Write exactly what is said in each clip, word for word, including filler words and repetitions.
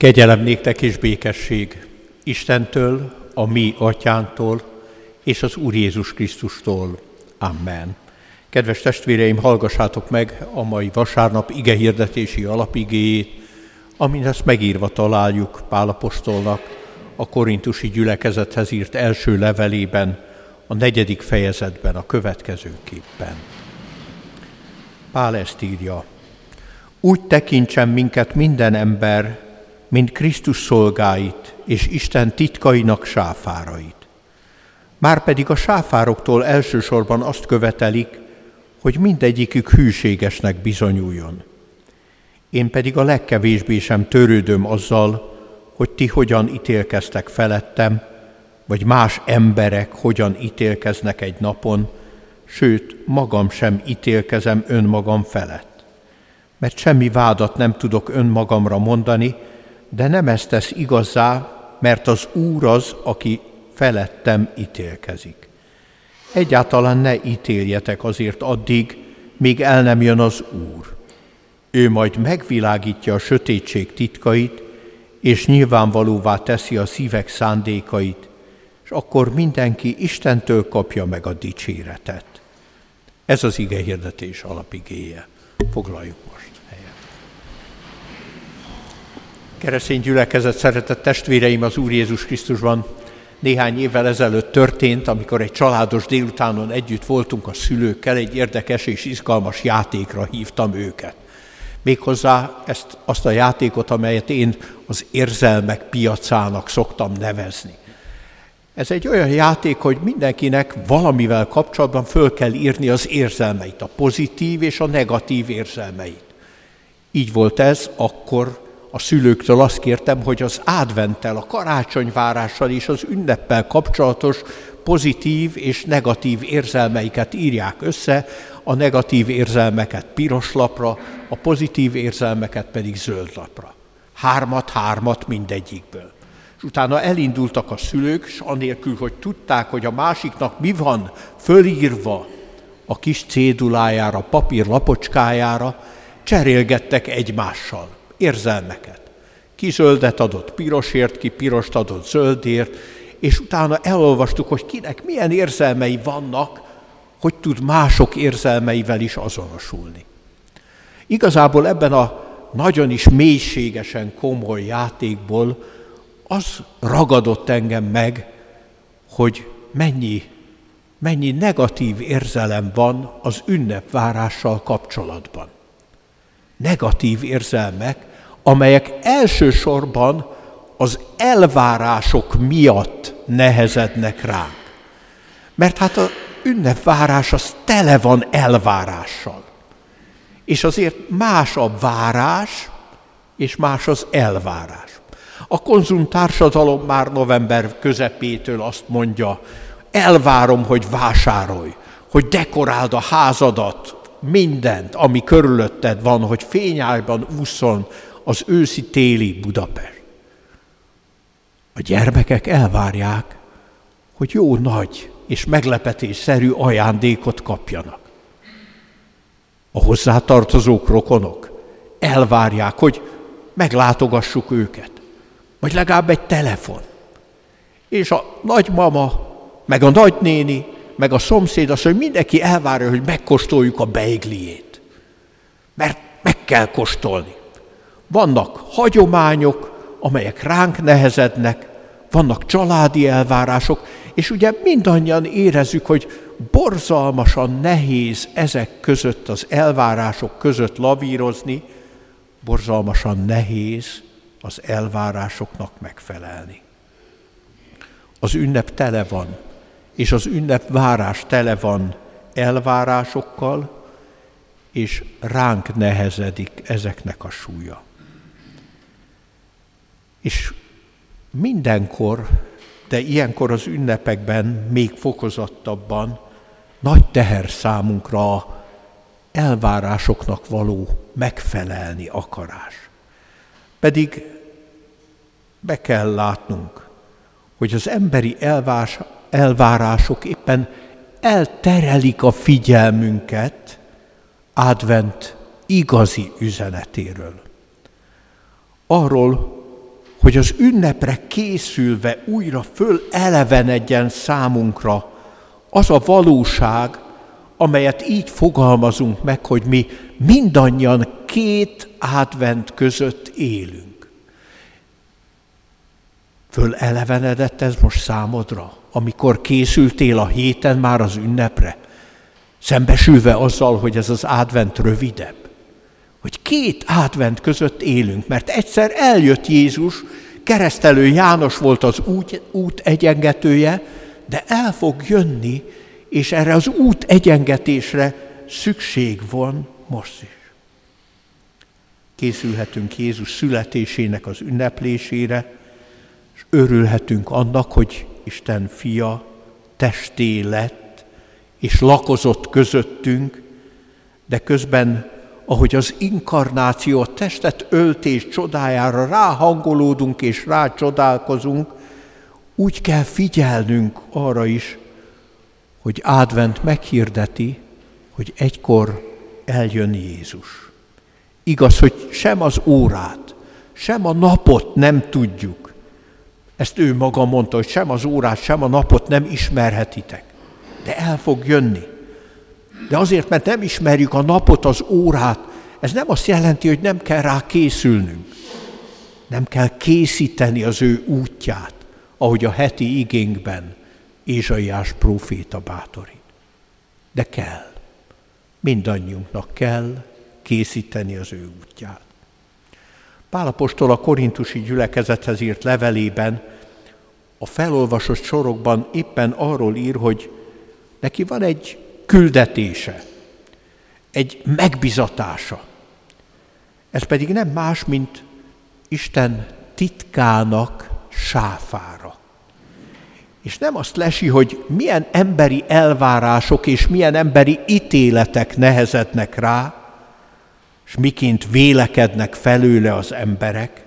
Kegyelem néktek és békesség Istentől, a mi atyánktól és az Úr Jézus Krisztustól. Amen. Kedves testvéreim, hallgassátok meg a mai vasárnap igehirdetési alapigéjét, amin ezt megírva találjuk Pál apostolnak a korintusi gyülekezethez írt első levelében, a negyedik fejezetben a következőképpen. Pál ezt írja: úgy tekintsen minket minden ember, mint Krisztus szolgáit és Isten titkainak sáfárait. Márpedig a sáfároktól elsősorban azt követelik, hogy mindegyikük hűségesnek bizonyuljon. Én pedig a legkevésbé sem törődöm azzal, hogy ti hogyan ítélkeztek felettem, vagy más emberek hogyan ítélkeznek egy napon, sőt, magam sem ítélkezem önmagam felett. Mert semmi vádat nem tudok önmagamra mondani, de nem ezt tesz igazzá, mert az Úr az, aki felettem ítélkezik. Egyáltalán ne ítéljetek azért addig, míg el nem jön az Úr. Ő majd megvilágítja a sötétség titkait, és nyilvánvalóvá teszi a szívek szándékait, és akkor mindenki Istentől kapja meg a dicséretet. Ez az igehirdetés alapigéje. Foglaljuk most helyet. Keresztény gyülekezet, szeretett testvéreim az Úr Jézus Krisztusban, néhány évvel ezelőtt történt, amikor egy családos délutánon együtt voltunk a szülőkkel, egy érdekes és izgalmas játékra hívtam őket. Méghozzá ezt, azt a játékot, amelyet én az érzelmek piacának szoktam nevezni. Ez egy olyan játék, hogy mindenkinek valamivel kapcsolatban föl kell írni az érzelmeit, a pozitív és a negatív érzelmeit. Így volt ez, akkor a szülőktől azt kértem, hogy az adventtel, a karácsonyvárással és az ünneppel kapcsolatos pozitív és negatív érzelmeiket írják össze, a negatív érzelmeket piros lapra, a pozitív érzelmeket pedig zöld lapra. Hármat-hármat mindegyikből. És utána elindultak a szülők, és anélkül, hogy tudták, hogy a másiknak mi van fölírva a kis cédulájára, papír lapocskájára, cserélgettek egymással érzelmeket. Ki zöldet adott pirosért, ki pirost adott zöldért, és utána elolvastuk, hogy kinek milyen érzelmei vannak, hogy tud mások érzelmeivel is azonosulni. Igazából ebben a nagyon is mélységesen komoly játékból az ragadott engem meg, hogy mennyi, mennyi negatív érzelem van az ünnepvárással kapcsolatban. Negatív érzelmek, amelyek elsősorban az elvárások miatt nehezednek ránk. Mert hát az ünnepvárás az tele van elvárással. És azért más a várás, és más az elvárás. A konzumtársadalom már november közepétől azt mondja, elvárom, hogy vásárolj, hogy dekoráld a házadat, mindent, ami körülötted van, hogy fényágyban ússzon az őszi-téli Budapest. A gyermekek elvárják, hogy jó nagy és meglepetésszerű ajándékot kapjanak. A hozzátartozók, rokonok elvárják, hogy meglátogassuk őket, vagy legalább egy telefon. És a nagymama, meg a nagynéni, meg a szomszéd azt, hogy mindenki elvárja, hogy megkóstoljuk a beigliét. Mert meg kell kóstolni. Vannak hagyományok, amelyek ránk nehezednek, vannak családi elvárások, és ugye mindannyian érezzük, hogy borzalmasan nehéz ezek között, az elvárások között lavírozni, borzalmasan nehéz az elvárásoknak megfelelni. Az ünnep tele van, és az ünnepvárás tele van elvárásokkal, és ránk nehezedik ezeknek a súlya. És mindenkor, de ilyenkor az ünnepekben még fokozottabban nagy teher számunkra a elvárásoknak való megfelelni akarás. Pedig be kell látnunk, hogy az emberi elvás, elvárások éppen elterelik a figyelmünket advent igazi üzenetéről. Arról, hogy az ünnepre készülve újra fölelevenedjen számunkra az a valóság, amelyet így fogalmazunk meg, hogy mi mindannyian két advent között élünk. Fölelevenedett ez most számodra, amikor készültél a héten már az ünnepre, szembesülve azzal, hogy ez az advent rövidebb, hogy két advent között élünk, mert egyszer eljött Jézus, keresztelő János volt az út, út egyengetője, de el fog jönni, és erre az út egyengetésre szükség van most is. Készülhetünk Jézus születésének az ünneplésére, és örülhetünk annak, hogy Isten fia testé lett, és lakozott közöttünk, de közben, ahogy az inkarnáció, a testet öltés csodájára ráhangolódunk és rácsodálkozunk, úgy kell figyelnünk arra is, hogy advent meghirdeti, hogy egykor eljön Jézus. Igaz, hogy sem az órát, sem a napot nem tudjuk. Ezt ő maga mondta, hogy sem az órát, sem a napot nem ismerhetitek. De el fog jönni. De azért, mert nem ismerjük a napot, az órát, ez nem azt jelenti, hogy nem kell rá készülnünk. Nem kell készíteni az ő útját, ahogy a heti igénkben Ézsaiás próféta bátorít. De kell. Mindannyiunknak kell készíteni az ő útját. Pál apostol a korintusi gyülekezethez írt levelében a felolvasott sorokban éppen arról ír, hogy neki van egy küldetése, egy megbizatása. Ez pedig nem más, mint Isten titkának sáfára. És nem azt lesi, hogy milyen emberi elvárások és milyen emberi ítéletek nehezednek rá, és miként vélekednek felőle az emberek.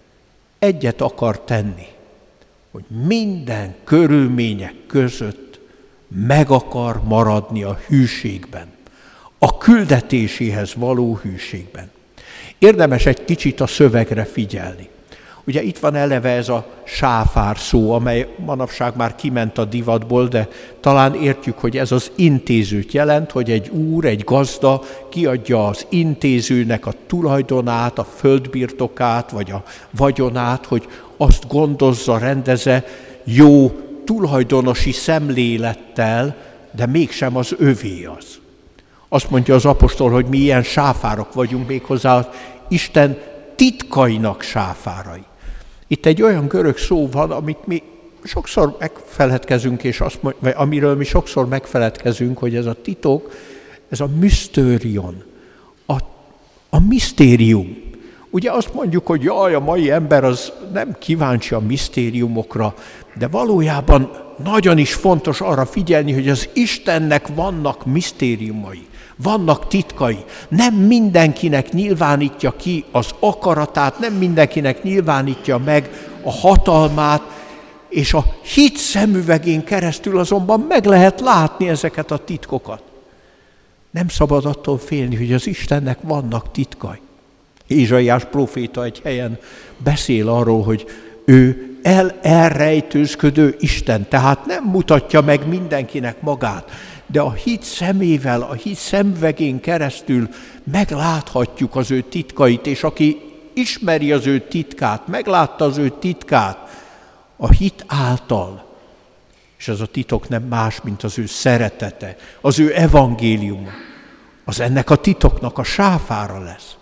Egyet akar tenni, hogy minden körülmények között meg akar maradni a hűségben, a küldetéséhez való hűségben. Érdemes egy kicsit a szövegre figyelni. Ugye itt van eleve ez a sáfár szó, amely manapság már kiment a divatból, de talán értjük, hogy ez az intézőt jelent, hogy egy úr, egy gazda kiadja az intézőnek a tulajdonát, a földbirtokát, vagy a vagyonát, hogy azt gondozza, rendeze jó tulajdonosi szemlélettel, de mégsem az övé az. Azt mondja az apostol, hogy mi ilyen sáfárok vagyunk, méghozzá az Isten titkainak sáfárai. Itt egy olyan görög szó van, amit mi sokszor megfeledkezünk, és azt, vagy amiről mi sokszor megfeledkezünk, hogy ez a titok, ez a mysterion, a, a misztérium. Ugye azt mondjuk, hogy jaj, a mai ember az nem kíváncsi a misztériumokra, de valójában nagyon is fontos arra figyelni, hogy az Istennek vannak misztériumai, vannak titkai. Nem mindenkinek nyilvánítja ki az akaratát, nem mindenkinek nyilvánítja meg a hatalmát, és a hit szemüvegén keresztül azonban meg lehet látni ezeket a titkokat. Nem szabad attól félni, hogy az Istennek vannak titkai. Ézsaiás próféta egy helyen beszél arról, hogy ő el elrejtőzködő Isten, tehát nem mutatja meg mindenkinek magát, de a hit szemével, a hit szemüvegén keresztül megláthatjuk az ő titkait, és aki ismeri az ő titkát, meglátta az ő titkát a hit által, és az a titok nem más, mint az ő szeretete, az ő evangéliuma, az ennek a titoknak a sáfára lesz.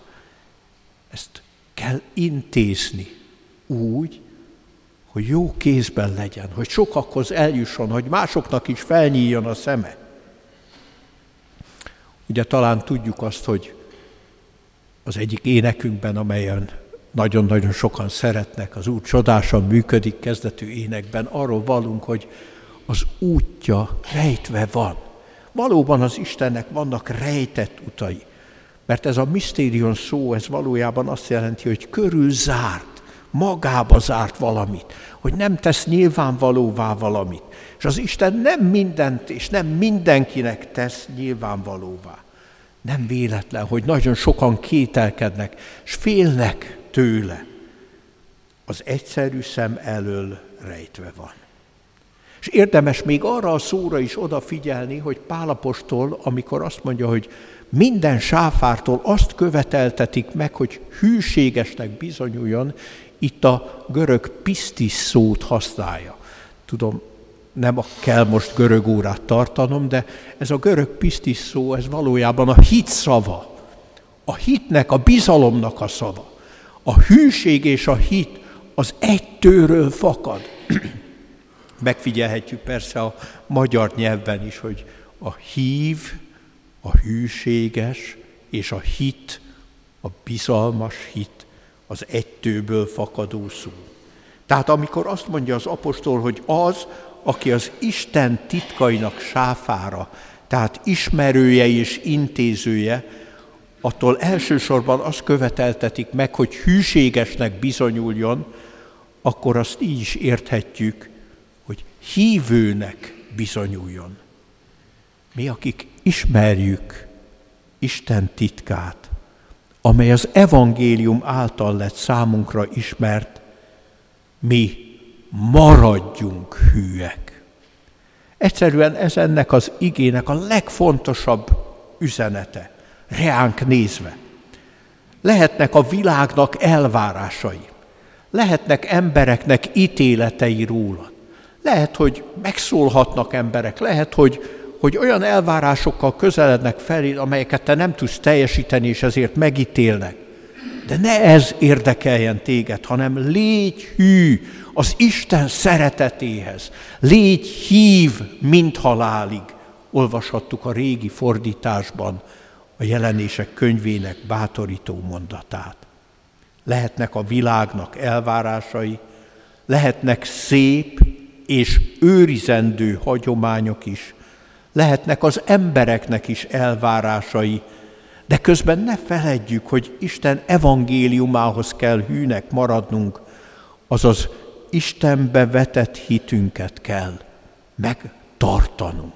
Ezt kell intézni úgy, hogy jó kézben legyen, hogy sokakhoz eljusson, hogy másoknak is felnyíljon a szeme. Ugye talán tudjuk azt, hogy az egyik énekünkben, amelyen nagyon-nagyon sokan szeretnek, az Úr csodásan működik kezdetű énekben, arról vallunk, hogy az útja rejtve van. Valóban az Istennek vannak rejtett utai, mert ez a misztérium szó, ez valójában azt jelenti, hogy körülzárt, magába zárt valamit, hogy nem tesz nyilvánvalóvá valamit. És az Isten nem mindent és nem mindenkinek tesz nyilvánvalóvá. Nem véletlen, hogy nagyon sokan kételkednek, és félnek tőle. az egyszerű szem elől rejtve van. És érdemes még arra a szóra is odafigyelni, hogy Pál apostol, amikor azt mondja, hogy minden sáfártól azt követeltetik meg, hogy hűségesnek bizonyuljon, itt a görög pisztis szót használja. Tudom, nem kell most görög órát tartanom, de ez a görög pisztis szó, ez valójában a hit szava. A hitnek, a bizalomnak a szava. A hűség és a hit az egytőről fakad. Megfigyelhetjük persze a magyar nyelvben is, hogy a hív, a hűséges és a hit, a bizalmas hit az egytőből fakadó szó. Tehát amikor azt mondja az apostol, hogy az, aki az Isten titkainak sáfára, tehát ismerője és intézője, attól elsősorban azt követeltetik meg, hogy hűségesnek bizonyuljon, akkor azt így is érthetjük, hogy hívőnek bizonyuljon. Mi, akik ismerjük Isten titkát, amely az evangélium által lett számunkra ismert, mi maradjunk hűek. Egyszerűen ez ennek az igének a legfontosabb üzenete, reánk nézve. Lehetnek a világnak elvárásai, lehetnek embereknek ítéletei rólad. Lehet, hogy megszólhatnak emberek, lehet, hogy, hogy olyan elvárásokkal közelednek felé, amelyeket te nem tudsz teljesíteni, és ezért megítélnek. De ne ez érdekeljen téged, hanem légy hű az Isten szeretetéhez. Légy hív, mint halálig. Olvashattuk a régi fordításban a Jelenések könyvének bátorító mondatát. Lehetnek a világnak elvárásai, lehetnek szép és őrizendő hagyományok is, lehetnek az embereknek is elvárásai, de közben ne feledjük, hogy Isten evangéliumához kell hűnek maradnunk, azaz Istenbe vetett hitünket kell megtartanunk.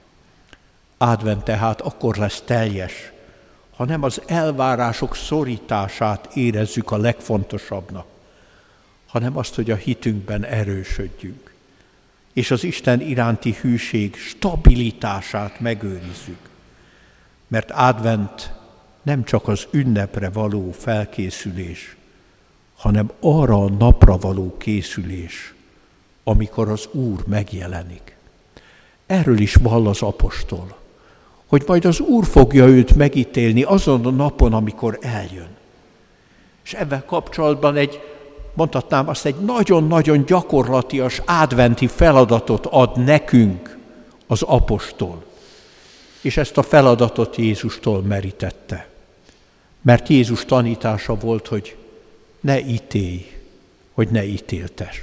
Advent tehát akkor lesz teljes, ha nem az elvárások szorítását érezzük a legfontosabbnak, hanem azt, hogy a hitünkben erősödjünk, és az Isten iránti hűség stabilitását megőrizzük. Mert advent nem csak az ünnepre való felkészülés, hanem arra a napra való készülés, amikor az Úr megjelenik. Erről is vall az apostol, hogy majd az Úr fogja őt megítélni azon a napon, amikor eljön. És ebben kapcsolatban egy, mondhatnám azt, egy nagyon-nagyon gyakorlatias adventi feladatot ad nekünk az apostol. És ezt a feladatot Jézustól merítette. Mert Jézus tanítása volt, hogy ne ítélj, hogy ne ítéltess.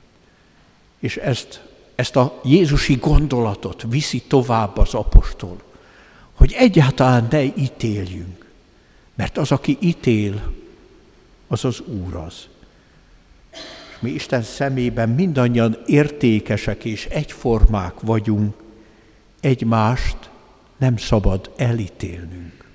És ezt, ezt a jézusi gondolatot viszi tovább az apostol, hogy egyáltalán ne ítéljünk, mert az, aki ítél, az az Úr az. És mi Isten szemében mindannyian értékesek és egyformák vagyunk, egymást nem szabad elítélnünk.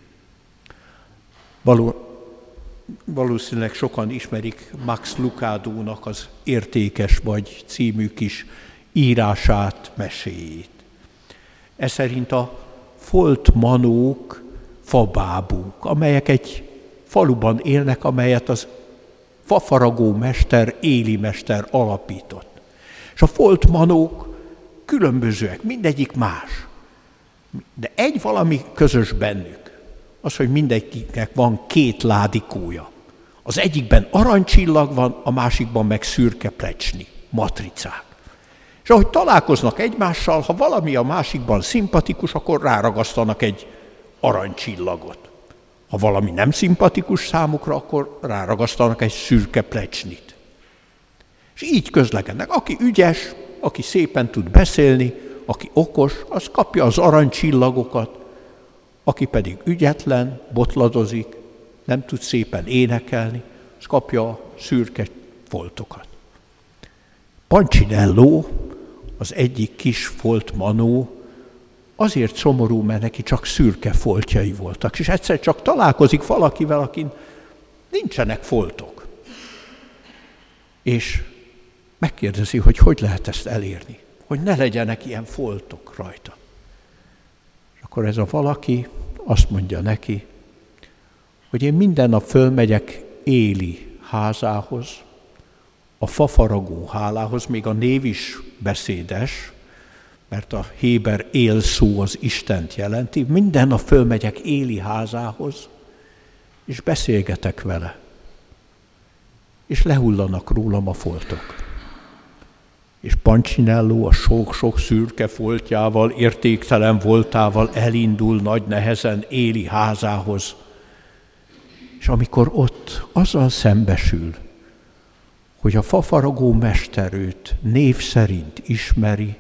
Való, valószínűleg sokan ismerik Max Lucadónak az Értékes vagy című kis írását, meséjét. Ez szerint a foltmanók fabábúk, amelyek egy faluban élnek, amelyet az fafaragó mester, Éli mester alapított. És a foltmanók különbözőek, mindegyik más. De egy valami közös bennük, az, hogy mindegyiknek van két ládikója. Az egyikben aranycsillag van, a másikban meg szürke plecsni, matricák. És ahogy találkoznak egymással, ha valami a másikban szimpatikus, akkor ráragasztanak egy aranycsillagot. Ha valami nem szimpatikus számukra, akkor ráragasztanak egy szürke plecsnit. És így közlekednek. Aki ügyes, aki szépen tud beszélni, aki okos, az kapja az aranycsillagokat, aki pedig ügyetlen, botladozik, nem tud szépen énekelni, az kapja a szürke foltokat. Pancinello, az egyik kis foltmanó, azért szomorú, mert neki csak szürke foltjai voltak, és egyszer csak találkozik valakivel, akin nincsenek foltok. És megkérdezi, hogy hogy lehet ezt elérni, hogy ne legyenek ilyen foltok rajta. És akkor ez a valaki azt mondja neki, hogy én minden nap fölmegyek Éli házához, a fafaragó hálához, még a név is beszédes, mert a héber él szó az Istent jelenti. Minden nap fölmegyek Éli házához, és beszélgetek vele. És lehullanak rólam a foltok. És Pancinello a sok-sok szürke foltjával, értéktelen voltával elindul nagy nehezen Éli házához. És amikor ott azzal szembesül, hogy a fafaragó mester őt név szerint ismeri,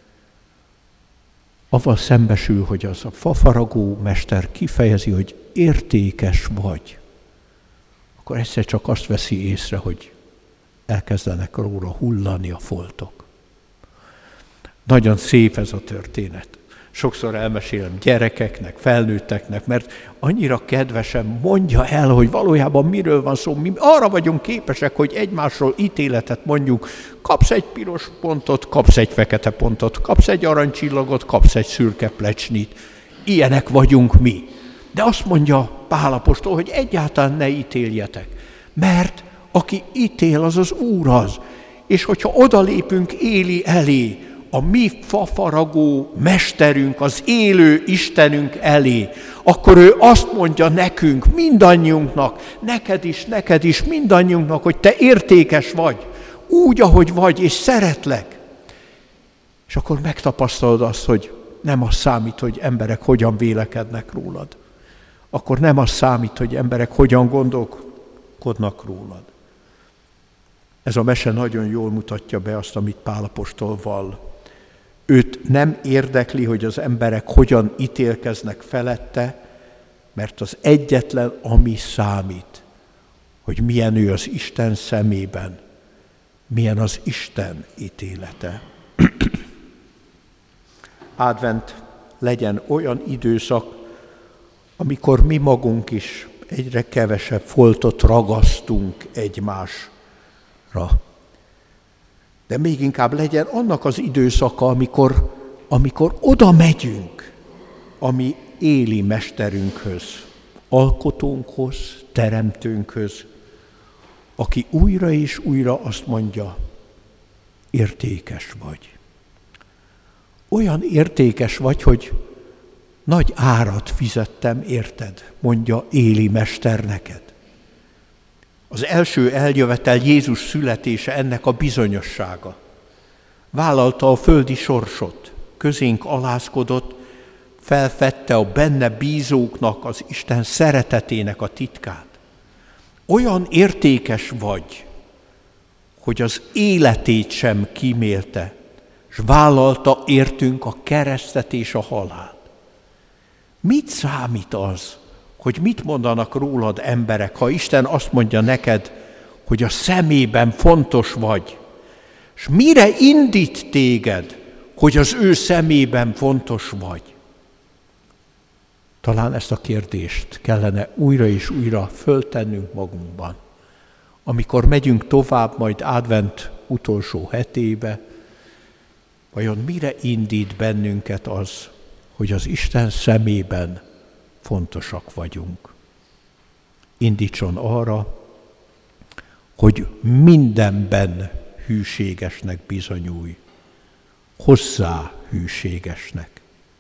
avval szembesül, hogy az a fafaragó mester kifejezi, hogy értékes vagy, akkor egyszer csak azt veszi észre, hogy elkezdenek róla hullani a foltok. Nagyon szép ez a történet. Sokszor elmesélem gyerekeknek, felnőtteknek, mert annyira kedvesen mondja el, hogy valójában miről van szó. Mi arra vagyunk képesek, hogy egymásról ítéletet mondjuk. Kapsz egy piros pontot, kapsz egy fekete pontot, kapsz egy aranycsillagot, kapsz egy szürke plecsnit. Ilyenek vagyunk mi. De azt mondja Pál apostol, hogy egyáltalán ne ítéljetek, mert aki ítél, az az Úr az. És hogyha odalépünk Éli elé, a mi fafaragó mesterünk, az élő Istenünk elé, akkor ő azt mondja nekünk, mindannyiunknak, neked is, neked is, mindannyiunknak, hogy te értékes vagy, úgy, ahogy vagy, és szeretlek. És akkor megtapasztalod azt, hogy nem az számít, hogy emberek hogyan vélekednek rólad. Akkor nem az számít, hogy emberek hogyan gondolkodnak rólad. Ez a mese nagyon jól mutatja be azt, amit Pál apostol vall. Őt nem érdekli, hogy az emberek hogyan ítélkeznek felette, mert az egyetlen, ami számít, hogy milyen ő az Isten szemében, milyen az Isten ítélete. Advent legyen olyan időszak, amikor mi magunk is egyre kevesebb foltot ragasztunk egymásra. De még inkább legyen annak az időszaka, amikor, amikor oda megyünk a mi éli mesterünkhöz, alkotónkhoz, teremtőnkhöz, aki újra és újra azt mondja, értékes vagy. Olyan értékes vagy, hogy nagy árat fizettem, érted, mondja Éli mester neked. Az első eljövetel Jézus születése ennek a bizonyossága. Vállalta a földi sorsot, közénk alázkodott, felfedte a benne bízóknak az Isten szeretetének a titkát. Olyan értékes vagy, hogy az életét sem kímélte, és vállalta értünk a keresztet és a halált. Mit számít az, hogy mit mondanak rólad emberek, ha Isten azt mondja neked, hogy a szemében fontos vagy, és mire indít téged, hogy az ő szemében fontos vagy? Talán ezt a kérdést kellene újra és újra föltennünk magunkban. Amikor megyünk tovább majd advent utolsó hetébe, vajon mire indít bennünket az, hogy az Isten szemében fontosak vagyunk? Indítson arra, hogy mindenben hűségesnek bizonyulj, hozzá hűségesnek.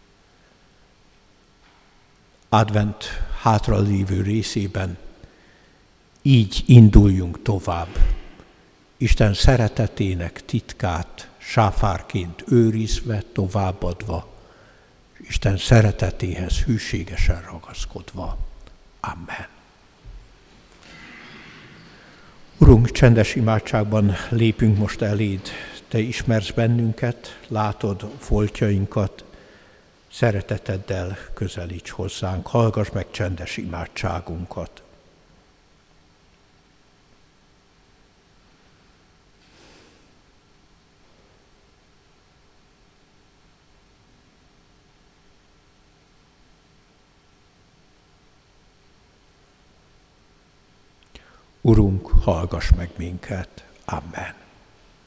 Advent hátralévő részében így induljunk tovább. Isten szeretetének titkát sáfárként őrizve, továbbadva, Isten szeretetéhez hűségesen ragaszkodva. Amen. Urunk, csendes imádságban lépünk most eléd. Te ismersz bennünket, látod foltjainkat, szereteteddel közelíts hozzánk, hallgass meg csendes imádságunkat. Urunk, hallgass meg minket. Amen.